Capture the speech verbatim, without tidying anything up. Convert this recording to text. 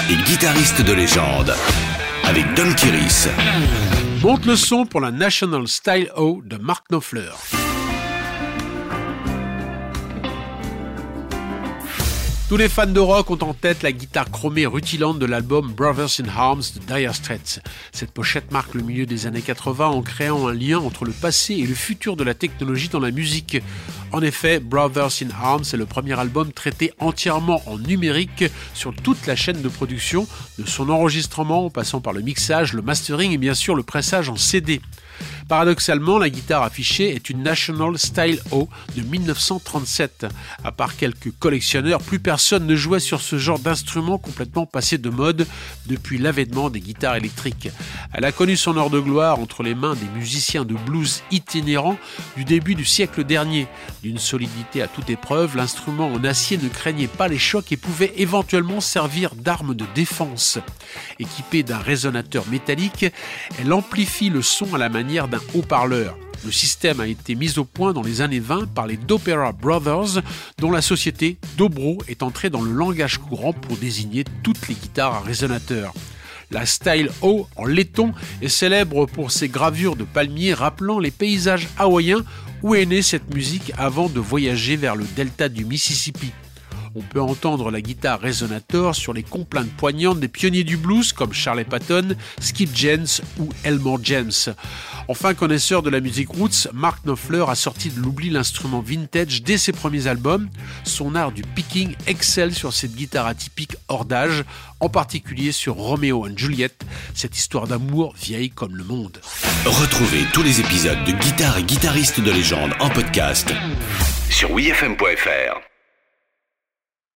et guitariste de légende, avec Don Kiris. Monte le son pour la National Style O de Mark Knopfler. Tous les fans de rock ont en tête la guitare chromée rutilante de l'album Brothers in Arms de Dire Straits. Cette pochette marque le milieu des années quatre-vingts en créant un lien entre le passé et le futur de la technologie dans la musique. En effet, Brothers in Arms est le premier album traité entièrement en numérique sur toute la chaîne de production, de son enregistrement en passant par le mixage, le mastering et bien sûr le pressage en C D. Paradoxalement, la guitare affichée est une National Style O de dix-neuf cent trente-sept. À part quelques collectionneurs, plus personne ne jouait sur ce genre d'instrument complètement passé de mode depuis l'avènement des guitares électriques. Elle a connu son heure de gloire entre les mains des musiciens de blues itinérants du début du siècle dernier. D'une solidité à toute épreuve, l'instrument en acier ne craignait pas les chocs et pouvait éventuellement servir d'arme de défense. Équipée d'un résonateur métallique, elle amplifie le son à la manière d'un haut-parleur. Le système a été mis au point dans les années vingt par les Dopera Brothers, dont la société Dobro est entrée dans le langage courant pour désigner toutes les guitares à résonateur. La Style O en laiton est célèbre pour ses gravures de palmiers rappelant les paysages hawaïens où est née cette musique avant de voyager vers le delta du Mississippi. On peut entendre la guitare résonateur sur les complaintes poignantes des pionniers du blues comme Charlie Patton, Skip James ou Elmore James. Enfin, connaisseur de la musique roots, Mark Knopfler a sorti de l'oubli l'instrument vintage dès ses premiers albums. Son art du picking excelle sur cette guitare atypique hors d'âge, en particulier sur Romeo and Juliet, cette histoire d'amour vieille comme le monde. Retrouvez tous les épisodes de Guitare et guitaristes de légende en podcast sur oui f m point f r.